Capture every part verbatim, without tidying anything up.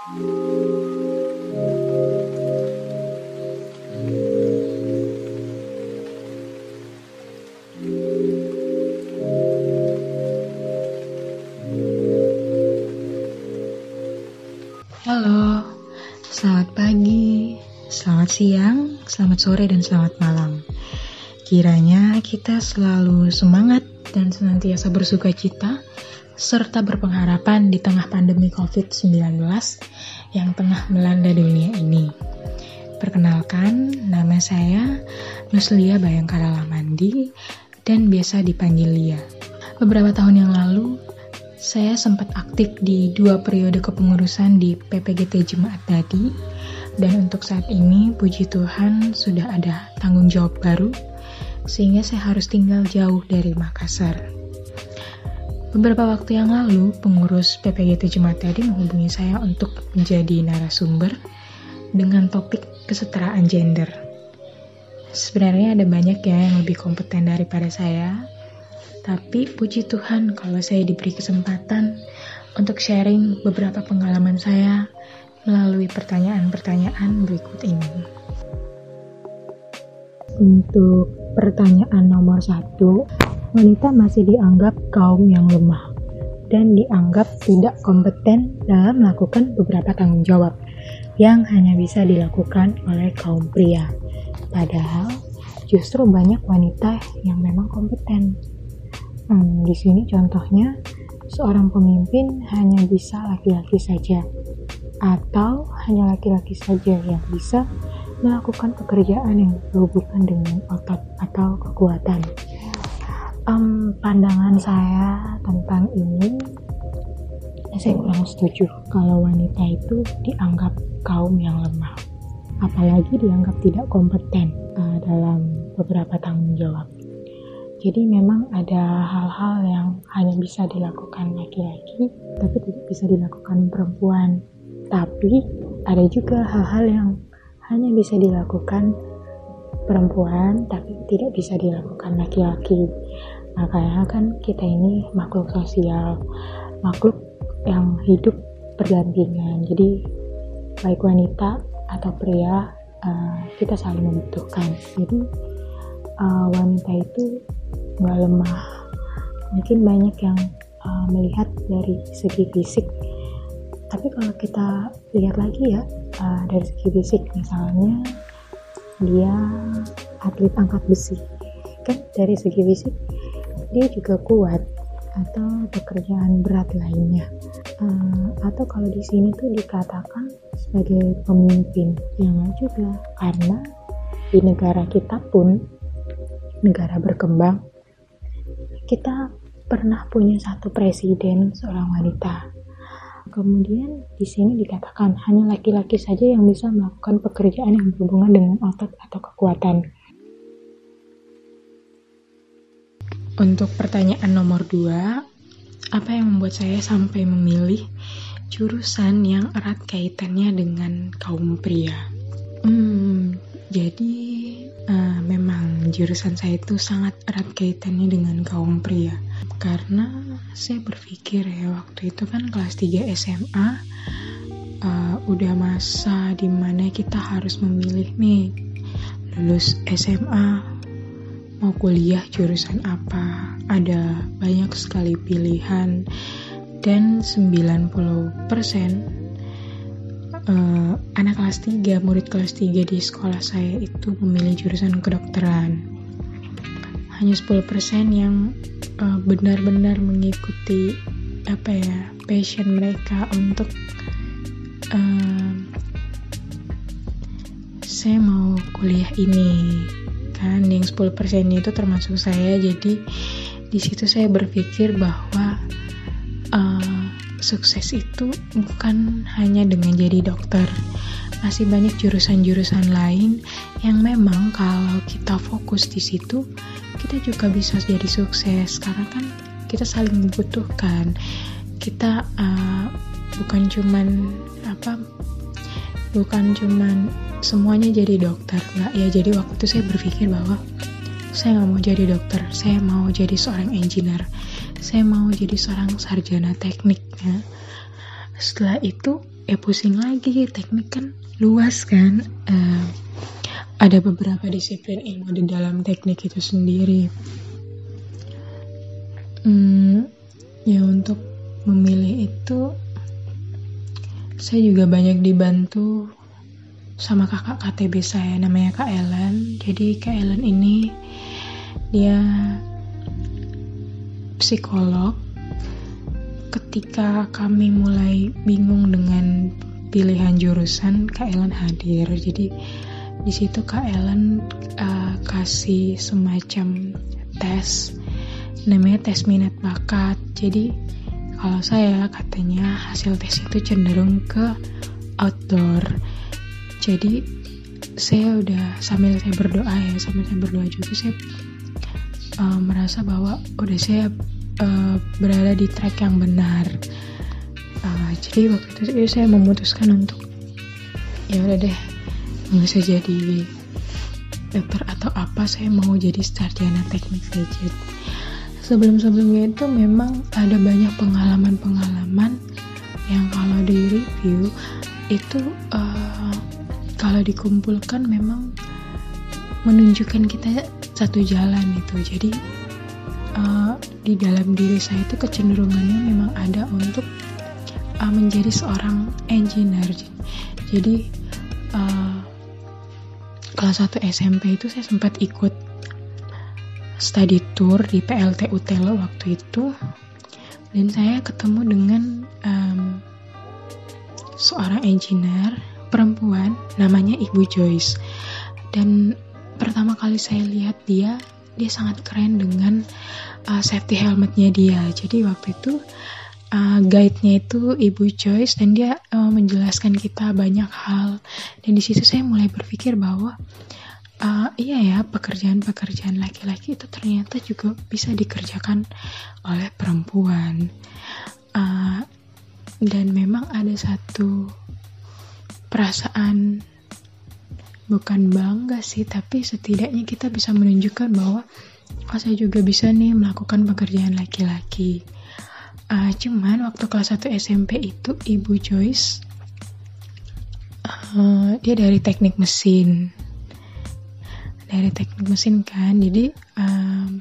Halo, selamat pagi, selamat siang, selamat sore, dan selamat malam. Kiranya kita selalu semangat dan senantiasa bersuka cita, serta berpengharapan di tengah pandemi covid sembilan belas yang tengah melanda dunia ini. Perkenalkan, nama saya Nuslia Bayangkara Lamandi dan biasa dipanggil Lia. Beberapa tahun yang lalu, saya sempat aktif di dua periode kepengurusan di P P G T Jemaat Dadi, dan untuk saat ini, puji Tuhan, sudah ada tanggung jawab baru, sehingga saya harus tinggal jauh dari Makassar. Beberapa waktu yang lalu, pengurus P P G T Jemaat Dadi menghubungi saya untuk menjadi narasumber dengan topik kesetaraan gender. Sebenarnya ada banyak ya yang lebih kompeten daripada saya, tapi puji Tuhan kalau saya diberi kesempatan untuk sharing beberapa pengalaman saya melalui pertanyaan-pertanyaan berikut ini. Untuk pertanyaan nomor satu, wanita masih dianggap kaum yang lemah dan dianggap tidak kompeten dalam melakukan beberapa tanggung jawab yang hanya bisa dilakukan oleh kaum pria. Padahal justru banyak wanita yang memang kompeten. Hmm, di sini contohnya, seorang pemimpin hanya bisa laki-laki saja, atau hanya laki-laki saja yang bisa melakukan pekerjaan yang berhubungan dengan otot atau kekuatan. Um, pandangan saya tentang ini, saya kurang setuju kalau wanita itu dianggap kaum yang lemah, apalagi dianggap tidak kompeten uh, dalam beberapa tanggung jawab. Jadi memang ada hal-hal yang hanya bisa dilakukan laki-laki, tapi tidak bisa dilakukan perempuan. Tapi ada juga hal-hal yang hanya bisa dilakukan perempuan, tapi tidak bisa dilakukan laki-laki. Makanya kan kita ini makhluk sosial, makhluk yang hidup berdampingan. Jadi baik wanita atau pria, uh, kita saling membutuhkan. Jadi uh, wanita itu nggak lemah. Mungkin banyak yang uh, melihat dari segi fisik, tapi kalau kita lihat lagi ya, uh, dari segi fisik, misalnya dia atlet angkat besi, kan dari segi fisik dia juga kuat, atau pekerjaan berat lainnya, uh, atau kalau di sini tuh dikatakan sebagai pemimpin, yang nggak juga, karena di negara kita pun negara berkembang, kita pernah punya satu presiden seorang wanita. Kemudian di sini dikatakan hanya laki-laki saja yang bisa melakukan pekerjaan yang berhubungan dengan otot atau kekuatan. Untuk pertanyaan nomor dua, apa yang membuat saya sampai memilih jurusan yang erat kaitannya dengan kaum pria? Hmm, jadi uh, memang jurusan saya itu sangat erat kaitannya dengan kaum pria, karena saya berpikir ya, waktu itu kan kelas tiga S M A, uh, udah masa dimana kita harus memilih nih, lulus S M A mau kuliah jurusan apa. Ada banyak sekali pilihan, dan sembilan puluh persen Uh, anak kelas tiga, murid kelas tiga di sekolah saya itu memilih jurusan kedokteran. Hanya sepuluh persen yang uh, benar-benar mengikuti apa ya, passion mereka untuk uh, saya mau kuliah ini. Kan yang sepuluh persen itu termasuk saya. Jadi di situ saya berpikir bahwa uh, sukses itu bukan hanya dengan jadi dokter. Masih banyak jurusan-jurusan lain yang memang kalau kita fokus di situ, kita juga bisa jadi sukses. Karena kan kita saling membutuhkan. Kita uh, bukan cuman apa, bukan cuman semuanya jadi dokter, nggak ya. Jadi waktu itu saya berpikir bahwa saya nggak mau jadi dokter, saya mau jadi seorang engineer, saya mau jadi seorang sarjana teknik ya. Setelah itu eh pusing lagi. Teknik kan luas kan, uh, ada beberapa disiplin ilmu di dalam teknik itu sendiri. Hmm, ya untuk memilih itu saya juga banyak dibantu sama kakak K T B saya, namanya Kak Ellen. Jadi Kak Ellen ini dia psikolog. Ketika kami mulai bingung dengan pilihan jurusan, Kak Ellen hadir. Jadi di situ Kak Ellen uh, kasih semacam tes, namanya tes minat bakat. Jadi kalau saya katanya hasil tes itu cenderung ke outdoor. Jadi saya udah sambil saya berdoa ya, sambil saya berdoa juga saya uh, merasa bahwa udah saya uh, berada di track yang benar. Uh, jadi waktu itu saya memutuskan untuk ya udah deh, nggak usah jadi dokter atau apa, saya mau jadi sarjana teknik saja. Sebelum-sebelumnya itu memang ada banyak pengalaman-pengalaman yang kalau di review itu uh, kalau dikumpulkan memang menunjukkan kita satu jalan itu. Jadi uh, di dalam diri saya itu kecenderungannya memang ada untuk uh, menjadi seorang engineer. Jadi uh, kelas satu S M P itu saya sempat ikut study tour di P L T U Telo waktu itu, dan saya ketemu dengan um, seorang engineer perempuan namanya Ibu Joyce. Dan pertama kali saya lihat dia, dia sangat keren dengan uh, safety helmetnya dia. Jadi waktu itu uh, guide-nya itu Ibu Joyce, dan dia uh, menjelaskan kita banyak hal. Dan di situ saya mulai berpikir bahwa uh, iya ya, pekerjaan-pekerjaan laki-laki itu ternyata juga bisa dikerjakan oleh perempuan. Uh, dan memang ada satu perasaan, bukan bangga sih, tapi setidaknya kita bisa menunjukkan bahwa oh saya juga bisa nih melakukan pekerjaan laki-laki. Uh, cuman waktu kelas satu S M P itu Ibu Joyce uh, dia dari teknik mesin, dari teknik mesin kan, jadi um,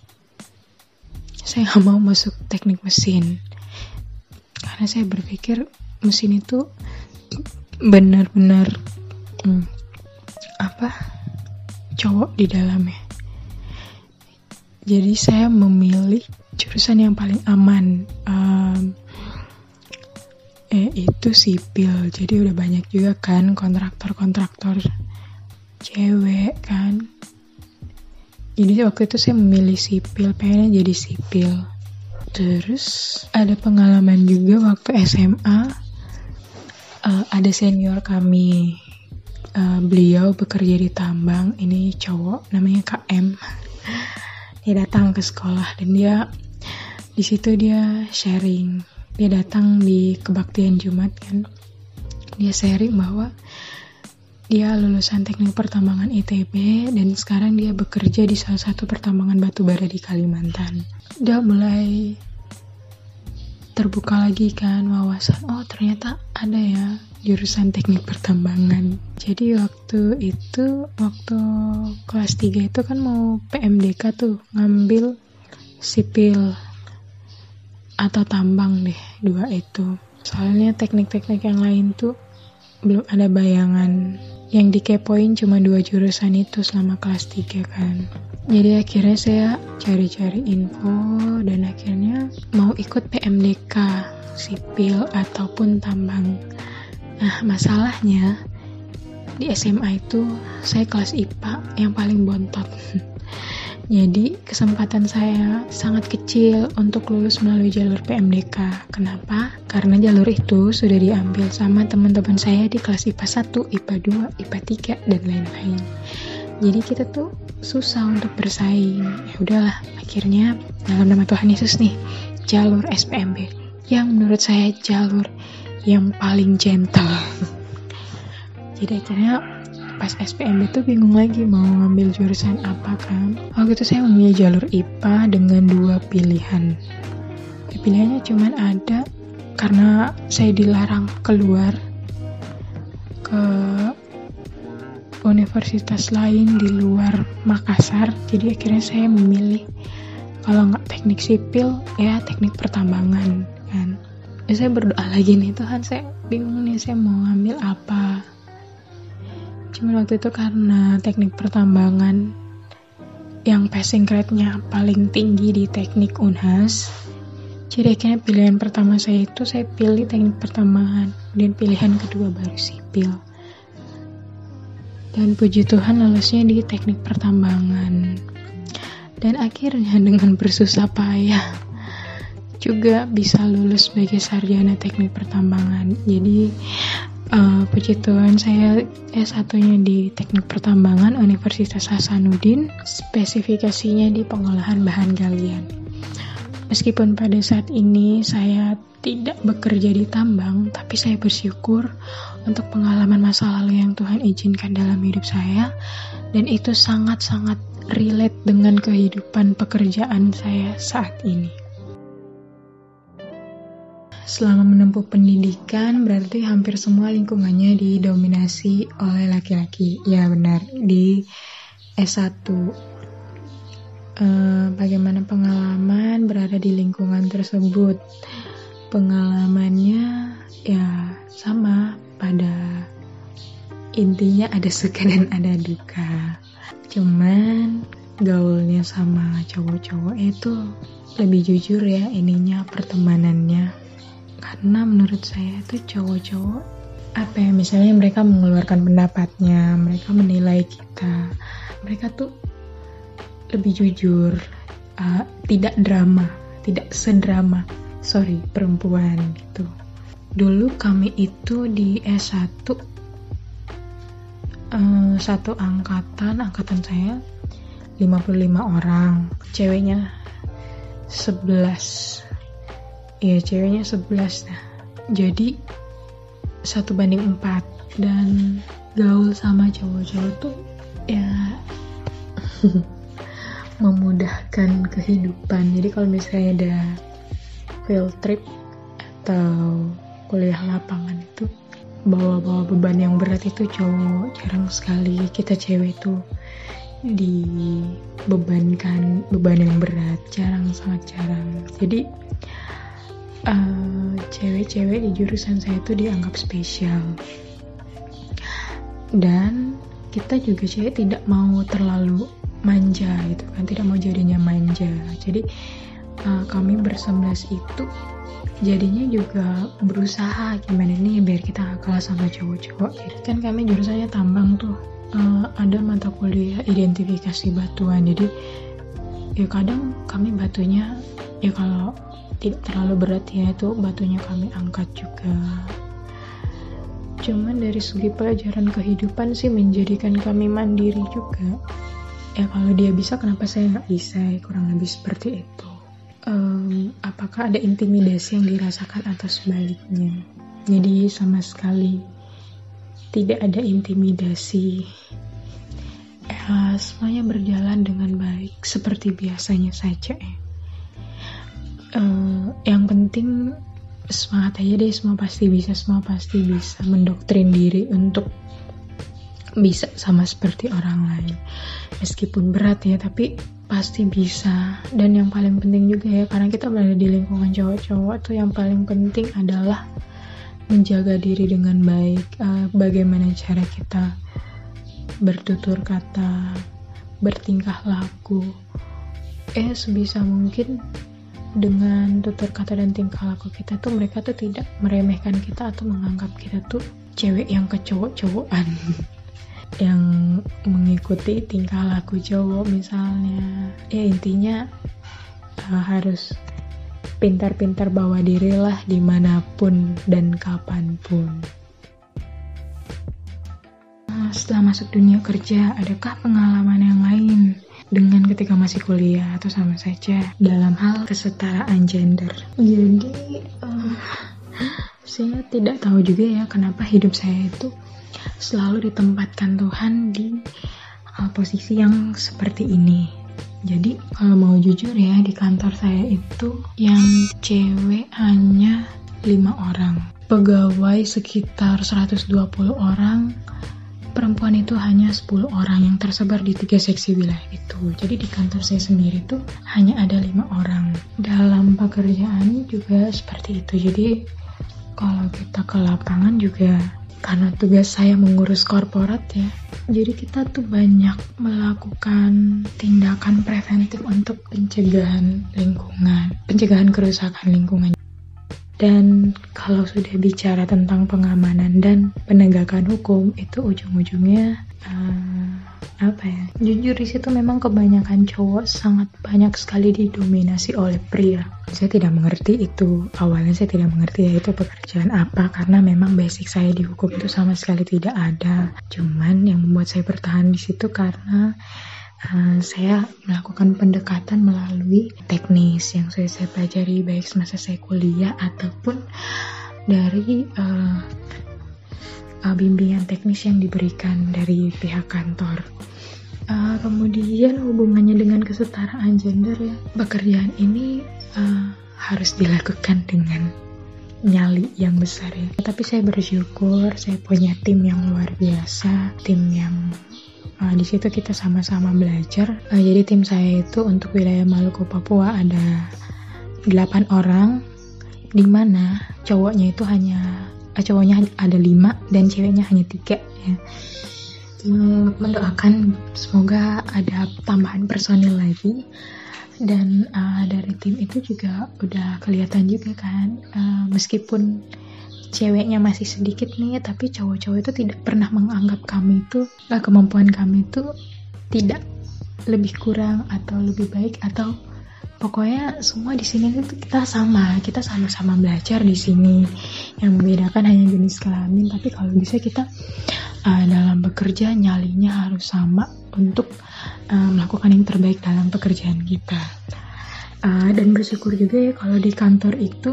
saya gak mau masuk teknik mesin karena saya berpikir mesin itu benar-benar hmm, apa cowok di dalamnya. Jadi saya memilih jurusan yang paling aman, um, eh itu sipil. Jadi udah banyak juga kan kontraktor-kontraktor cewek kan. Jadi waktu itu saya memilih sipil, pengennya jadi sipil. Terus ada pengalaman juga waktu S M A. Uh, ada senior kami, uh, beliau bekerja di tambang, ini cowok namanya Kak M. Dia datang ke sekolah dan dia di situ dia sharing. Dia datang di kebaktian Jumat kan. Dia sharing bahwa dia lulusan teknik pertambangan I T B dan sekarang dia bekerja di salah satu pertambangan batubara di Kalimantan. Dia mulai terbuka lagi kan wawasan, oh ternyata ada ya jurusan teknik pertambangan. Jadi waktu itu, waktu kelas tiga itu kan mau P M D K tuh, ngambil sipil atau tambang deh, dua itu. Soalnya teknik-teknik yang lain tuh belum ada bayangan. Yang dikepoin cuma dua jurusan itu selama kelas tiga kan. Jadi akhirnya saya cari-cari info dan akhirnya mau ikut P M D K sipil ataupun tambang. Nah masalahnya di S M A itu saya kelas I P A yang paling bontot. Jadi kesempatan saya sangat kecil untuk lulus melalui jalur P M D K. Kenapa? Karena jalur itu sudah diambil sama teman-teman saya di kelas I P A satu, I P A dua, I P A tiga, dan lain-lain. Jadi kita tuh susah untuk bersaing. Ya udahlah, akhirnya dalam nama Tuhan Yesus nih, jalur S P M B yang menurut saya jalur yang paling gentle. Jadi akhirnya pas S P M B tuh bingung lagi mau ngambil jurusan apa kan. Waktu itu saya memilih jalur I P A dengan dua pilihan. Pilihannya cuma ada karena saya dilarang keluar ke universitas lain di luar Makassar, jadi akhirnya saya memilih kalau nggak teknik sipil ya teknik pertambangan kan. Ya, saya berdoa lagi nih, Tuhan saya bingung nih saya mau ngambil apa. Cuma waktu itu karena teknik pertambangan yang passing grade-nya paling tinggi di teknik Unhas, jadi akhirnya pilihan pertama saya itu saya pilih teknik pertambangan, dan pilihan kedua baru sipil. Dan puji Tuhan lolusnya di teknik pertambangan. Dan akhirnya dengan bersusah payah juga bisa lulus sebagai sarjana teknik pertambangan. Jadi uh, puji Tuhan saya S satu-nya di teknik pertambangan Universitas Hasanuddin, spesifikasinya di pengolahan bahan galian. Meskipun pada saat ini saya tidak bekerja di tambang, tapi saya bersyukur untuk pengalaman masa lalu yang Tuhan izinkan dalam hidup saya, dan itu sangat-sangat relate dengan kehidupan pekerjaan saya saat ini. Selama menempuh pendidikan, berarti hampir semua lingkungannya didominasi oleh laki-laki. Ya benar, di S satu. Uh, bagaimana pengalaman berada di lingkungan tersebut? Pengalamannya ya sama, pada intinya ada suka dan ada duka. Cuman gaulnya sama cowok-cowok itu lebih jujur ya ininya pertemanannya. Karena menurut saya itu cowok-cowok apa ya, misalnya mereka mengeluarkan pendapatnya, mereka menilai kita, mereka tuh lebih jujur, uh, tidak drama, tidak sedrama sorry perempuan gitu. Dulu kami itu di S satu uh, satu angkatan angkatan saya lima puluh lima orang, ceweknya sebelas. Ya ceweknya sebelas. Nah, jadi satu banding empat, dan gaul sama cowok-cowok tuh ya memudahkan kehidupan. Jadi kalau misalnya ada field trip atau kuliah lapangan itu bawa-bawa beban yang berat itu cowok, jarang sekali kita cewek itu dibebankan beban yang berat, jarang, sangat jarang. Jadi uh, cewek-cewek di jurusan saya itu dianggap spesial, dan kita juga cewek tidak mau terlalu manja gitu kan, tidak mau jadinya manja. Jadi uh, kami bersebelas itu jadinya juga berusaha gimana nih biar kita gak kalah sama cowok-cowok. Jadi kan kami jurusannya tambang tuh, uh, ada mata kuliah identifikasi batuan. Jadi ya kadang kami batunya ya kalau tidak terlalu berat ya itu batunya kami angkat juga. Cuman dari segi pelajaran kehidupan sih menjadikan kami mandiri juga. Ya kalau dia bisa kenapa saya nggak bisa, kurang lebih seperti itu. Um, apakah ada intimidasi yang dirasakan atau sebaliknya? Jadi sama sekali tidak ada intimidasi. Ya, semuanya berjalan dengan baik seperti biasanya saja. Uh, yang penting semangat aja deh, semua pasti bisa, semua pasti bisa. Mendoktrin diri untuk bisa sama seperti orang lain. Meskipun berat ya, tapi pasti bisa. Dan yang paling penting juga ya, karena kita berada di lingkungan cowok-cowok tuh, yang paling penting adalah menjaga diri dengan baik. uh, Bagaimana cara kita bertutur kata, bertingkah laku. Eh sebisa mungkin dengan tutur kata dan tingkah laku kita tuh mereka tuh tidak meremehkan kita atau menganggap kita tuh cewek yang kecowok-cowokan yang mengikuti tingkah laku cowok misalnya. Ya intinya uh, harus pintar-pintar bawa diri lah dimanapun dan kapanpun. Nah, setelah masuk dunia kerja, adakah pengalaman yang lain dengan ketika masih kuliah atau sama saja dalam hal kesetaraan gender? Jadi uh, saya tidak tahu juga ya kenapa hidup saya itu selalu ditempatkan Tuhan di uh, posisi yang seperti ini. Jadi kalau mau jujur ya, di kantor saya itu yang cewek hanya lima orang. Pegawai sekitar seratus dua puluh orang, perempuan itu hanya sepuluh orang yang tersebar di tiga seksi wilayah itu. Jadi di kantor saya sendiri tuh hanya ada lima orang. Dalam pekerjaan juga seperti itu. Jadi kalau kita ke lapangan juga, karena tugas saya mengurus korporat ya, jadi kita tuh banyak melakukan tindakan preventif untuk pencegahan lingkungan, pencegahan kerusakan lingkungan. Dan kalau sudah bicara tentang pengamanan dan penegakan hukum, itu ujung-ujungnya uh, apa ya? Jujur di situ memang kebanyakan cowok, sangat banyak sekali didominasi oleh pria. Saya tidak mengerti itu. Awalnya saya tidak mengerti ya itu pekerjaan apa, karena memang basic saya di hukum itu sama sekali tidak ada. Cuman yang membuat saya bertahan di situ karena Uh, saya melakukan pendekatan melalui teknis yang saya, saya pelajari baik semasa saya kuliah ataupun dari uh, uh, bimbingan teknis yang diberikan dari pihak kantor. Uh, kemudian hubungannya dengan kesetaraan gender ya, pekerjaan ini uh, harus dilakukan dengan nyali yang besar ya. Tapi saya bersyukur saya punya tim yang luar biasa, tim yang Uh, di situ kita sama-sama belajar. Uh, jadi tim saya itu untuk wilayah Maluku Papua ada delapan orang, di mana cowoknya itu hanya uh, cowoknya ada lima dan ceweknya hanya tiga. Ya. Uh, mendoakan semoga ada tambahan personil lagi. Dan uh, dari tim itu juga udah kelihatan juga kan, uh, meskipun ceweknya masih sedikit nih, tapi cowok-cowok itu tidak pernah menganggap kami itu, eh, kemampuan kami itu tidak lebih kurang atau lebih baik, atau pokoknya semua di sini itu kita sama, kita sama-sama belajar di sini. Yang membedakan hanya jenis kelamin, tapi kalau bisa kita uh, dalam bekerja nyalinya harus sama untuk uh, melakukan yang terbaik dalam pekerjaan kita. Uh, dan bersyukur juga ya kalau di kantor itu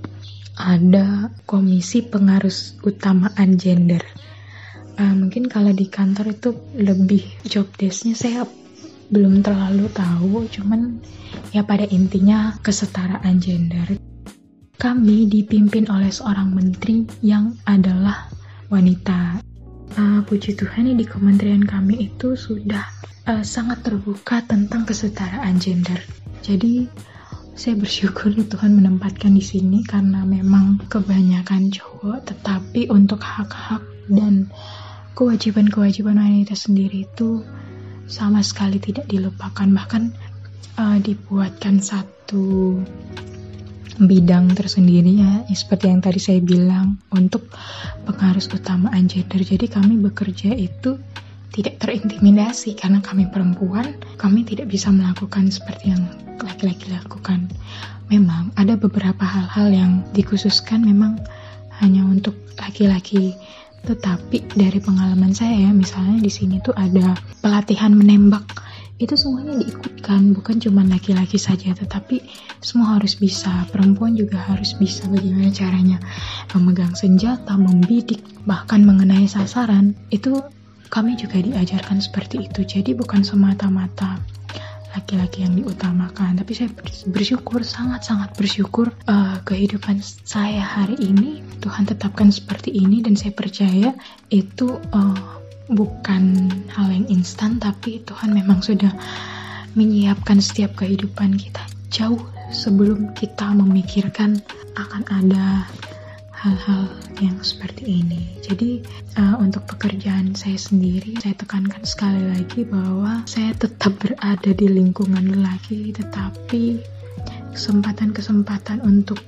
ada komisi pengarus utamaan gender. Uh, mungkin kalau di kantor itu lebih job desk-nya saya belum terlalu tahu, cuman ya pada intinya kesetaraan gender. Kami dipimpin oleh seorang menteri yang adalah wanita. Uh, puji Tuhan di kementerian kami itu sudah uh, sangat terbuka tentang kesetaraan gender. Jadi saya bersyukur Tuhan menempatkan di sini karena memang kebanyakan cowok, tetapi untuk hak-hak dan kewajiban-kewajiban wanita sendiri itu sama sekali tidak dilupakan. Bahkan uh, dibuatkan satu bidang tersendiri ya, seperti yang tadi saya bilang, untuk pengarus utamaan gender. Jadi kami bekerja itu tidak terintimidasi karena kami perempuan, kami tidak bisa melakukan seperti yang laki-laki lakukan. Memang ada beberapa hal-hal yang dikhususkan memang hanya untuk laki-laki. Tetapi dari pengalaman saya ya, misalnya di sini tuh ada pelatihan menembak, itu semuanya diikutkan, bukan cuma laki-laki saja, tetapi semua harus bisa. Perempuan juga harus bisa bagaimana caranya memegang senjata, membidik, bahkan mengenai sasaran. Itu kami juga diajarkan seperti itu. Jadi bukan semata-mata laki-laki yang diutamakan, tapi saya bersyukur, sangat-sangat bersyukur uh, kehidupan saya hari ini Tuhan tetapkan seperti ini, dan saya percaya itu uh, bukan hal yang instan, tapi Tuhan memang sudah menyiapkan setiap kehidupan kita jauh sebelum kita memikirkan akan ada hal-hal yang seperti ini. Jadi uh, untuk pekerjaan saya sendiri, saya tekankan sekali lagi bahwa saya tetap berada di lingkungan lelaki, tetapi kesempatan-kesempatan untuk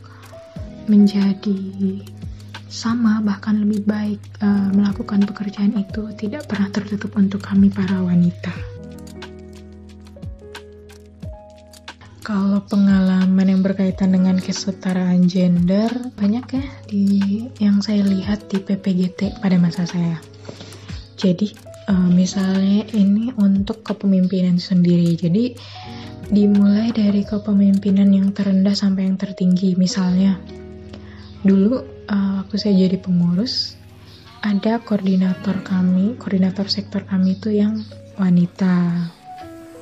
menjadi sama, bahkan lebih baik uh, melakukan pekerjaan itu tidak pernah tertutup untuk kami para wanita. Kalau pengalaman yang berkaitan dengan kesetaraan gender, banyak ya di yang saya lihat di P P G T pada masa saya. Jadi uh, misalnya ini untuk kepemimpinan sendiri. Jadi dimulai dari kepemimpinan yang terendah sampai yang tertinggi. Misalnya dulu uh, waktu saya jadi pengurus, ada koordinator kami, koordinator sektor kami itu yang wanita.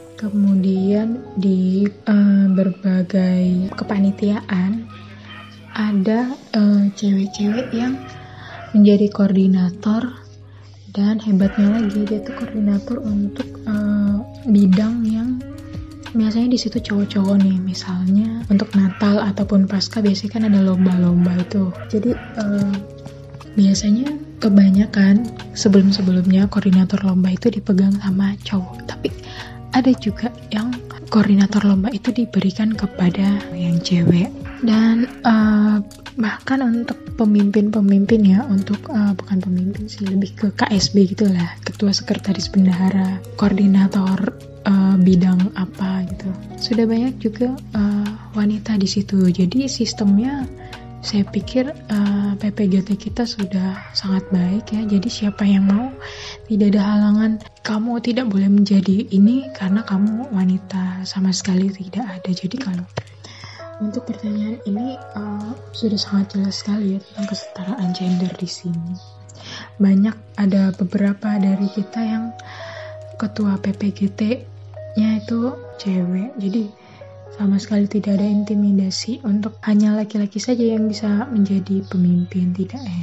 Kemudian di uh, berbagai kepanitiaan ada uh, cewek-cewek yang menjadi koordinator, dan hebatnya lagi dia tuh koordinator untuk uh, bidang yang biasanya di situ cowok-cowok nih. Misalnya untuk Natal ataupun Paskah biasanya kan ada lomba-lomba itu. Jadi uh, biasanya kebanyakan sebelum-sebelumnya koordinator lomba itu dipegang sama cowok, tapi ada juga yang koordinator lomba itu diberikan kepada yang cewek. Dan uh, bahkan untuk pemimpin-pemimpin ya, untuk uh, bukan pemimpin sih, lebih ke K S B gitulah, ketua sekretaris bendahara, koordinator uh, bidang apa gitu. Sudah banyak juga uh, wanita di situ. Jadi sistemnya saya pikir uh, P P G T kita sudah sangat baik ya. Jadi siapa yang mau, tidak ada halangan. Kamu tidak boleh menjadi ini karena kamu wanita, sama sekali tidak ada. Jadi kalau untuk pertanyaan ini uh, sudah sangat jelas sekali ya tentang kesetaraan gender di sini. Banyak ada beberapa dari kita yang ketua P P G T-nya itu cewek. Jadi sama sekali tidak ada intimidasi untuk hanya laki-laki saja yang bisa menjadi pemimpin, tidak ya.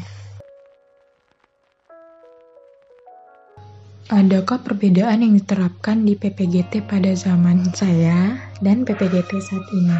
Adakah perbedaan yang diterapkan di P P G T pada zaman saya dan P P G T saat ini?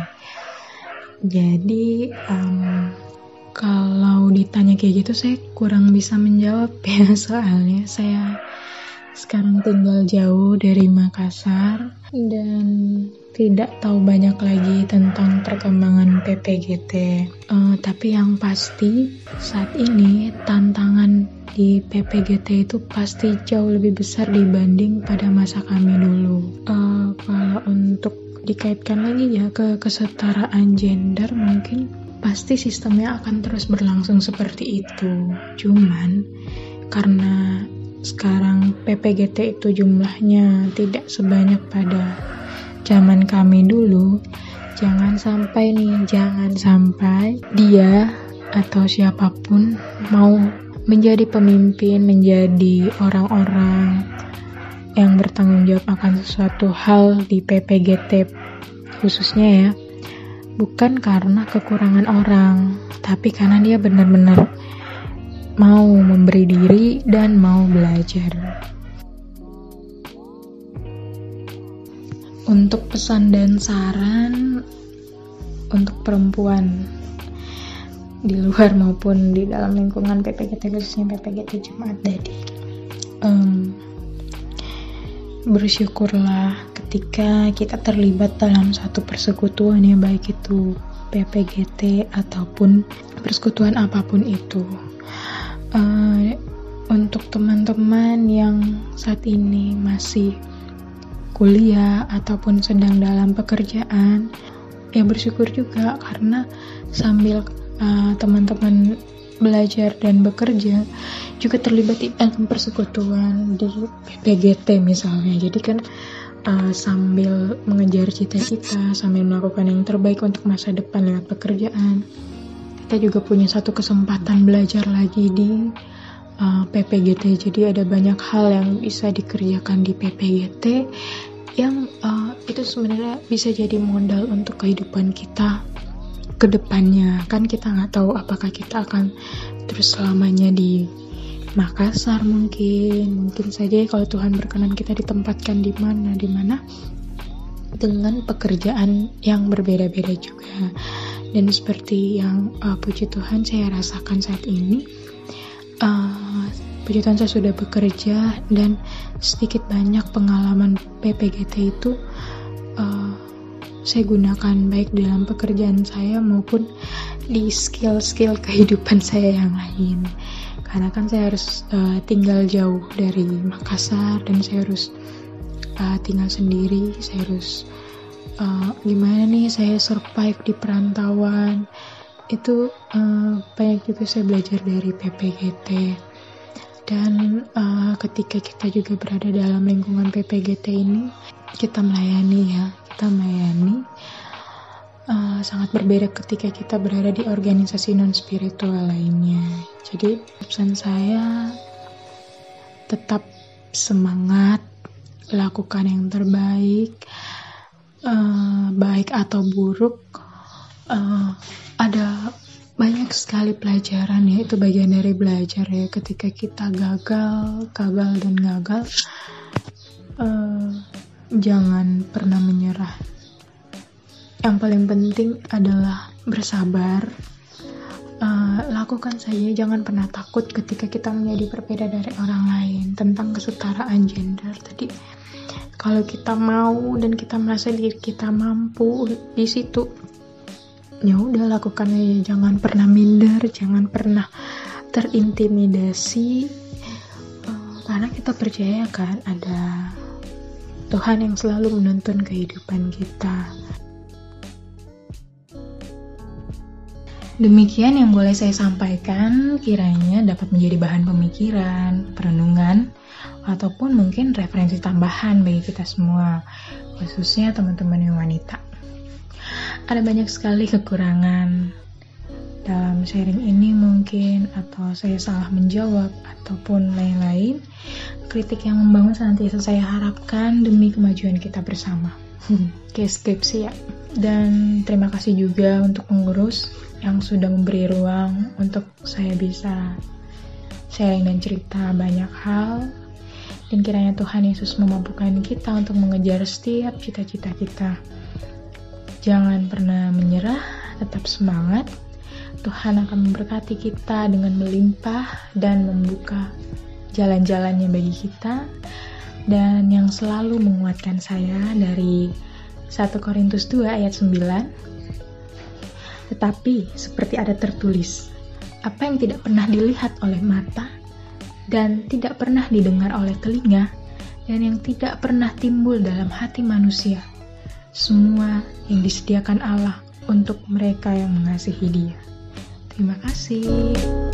Jadi um, kalau ditanya kayak gitu saya kurang bisa menjawab ya, soalnya saya sekarang tinggal jauh dari Makassar dan tidak tahu banyak lagi tentang perkembangan P P G T. Uh, tapi yang pasti saat ini tantangan di P P G T itu pasti jauh lebih besar dibanding pada masa kami dulu. Uh, kalau untuk dikaitkan lagi ya ke kesetaraan gender, mungkin pasti sistemnya akan terus berlangsung seperti itu. Cuman karena sekarang P P G T itu jumlahnya tidak sebanyak pada zaman kami dulu, jangan sampai nih, jangan sampai dia atau siapapun mau menjadi pemimpin, menjadi orang-orang yang bertanggung jawab akan sesuatu hal di P P G T khususnya ya, bukan karena kekurangan orang, tapi karena dia benar-benar mau memberi diri dan mau belajar. Untuk pesan dan saran untuk perempuan di luar maupun di dalam lingkungan P P G T, khususnya P P G T Jemaat Dadi, um, bersyukurlah ketika kita terlibat dalam satu persekutuan ya, baik itu P P G T ataupun persekutuan apapun itu. Uh, untuk teman-teman yang saat ini masih kuliah ataupun sedang dalam pekerjaan, ya bersyukur juga karena sambil uh, teman-teman belajar dan bekerja juga terlibat di dalam persekutuan di P P G T misalnya. Jadi kan uh, sambil mengejar cita-cita, sambil melakukan yang terbaik untuk masa depan lewat pekerjaan, kita juga punya satu kesempatan belajar lagi di uh, P P G T. Jadi ada banyak hal yang bisa dikerjakan di P P G T yang uh, itu sebenarnya bisa jadi modal untuk kehidupan kita ke depannya. Kan kita nggak tahu apakah kita akan terus selamanya di Makassar, mungkin mungkin saja kalau Tuhan berkenan kita ditempatkan di mana di mana dengan pekerjaan yang berbeda-beda juga. Dan seperti yang uh, puji Tuhan saya rasakan saat ini, uh, puji Tuhan saya sudah bekerja dan sedikit banyak pengalaman P P G T itu uh, saya gunakan baik dalam pekerjaan saya maupun di skill-skill kehidupan saya yang lain. Karena kan saya harus uh, tinggal jauh dari Makassar dan saya harus uh, tinggal sendiri. Saya harus uh, gimana nih saya survive di perantauan. Itu uh, banyak juga saya belajar dari P P G T. Dan uh, ketika kita juga berada dalam lingkungan P P G T ini, kita melayani ya, kita melayani uh, sangat berbeda ketika kita berada di organisasi non-spiritual lainnya. Jadi pesan saya, tetap semangat, lakukan yang terbaik, uh, baik atau buruk, uh, ada banyak sekali pelajaran ya, itu bagian dari belajar ya. Ketika kita gagal, gagal dan gagal, uh, jangan pernah menyerah. Yang paling penting adalah bersabar. Uh, lakukan saja, jangan pernah takut ketika kita menjadi berbeda dari orang lain. Tentang kesetaraan gender tadi, kalau kita mau dan kita merasa diri kita mampu di situ, ya udah lakukan aja. Jangan pernah minder, jangan pernah terintimidasi, uh, karena kita percaya kan ada Tuhan yang selalu menuntun kehidupan kita. Demikian yang boleh saya sampaikan, kiranya dapat menjadi bahan pemikiran, perenungan, ataupun mungkin referensi tambahan bagi kita semua, khususnya teman-teman yang wanita. Ada banyak sekali kekurangan dalam sharing ini mungkin, atau saya salah menjawab, ataupun lain-lain. Kritik yang membangun senantiasa saya harapkan demi kemajuan kita bersama. Kayak skripsi ya. Dan terima kasih juga untuk pengurus yang sudah memberi ruang untuk saya bisa sharing dan cerita banyak hal. Dan kiranya Tuhan Yesus memampukan kita untuk mengejar setiap cita-cita kita. Jangan pernah menyerah, tetap semangat. Tuhan akan memberkati kita dengan melimpah dan membuka jalan-jalannya bagi kita. Dan yang selalu menguatkan saya dari satu Korintus dua ayat sembilan, tetapi seperti ada tertulis, apa yang tidak pernah dilihat oleh mata dan tidak pernah didengar oleh telinga dan yang tidak pernah timbul dalam hati manusia, semua yang disediakan Allah untuk mereka yang mengasihi Dia. Terima kasih.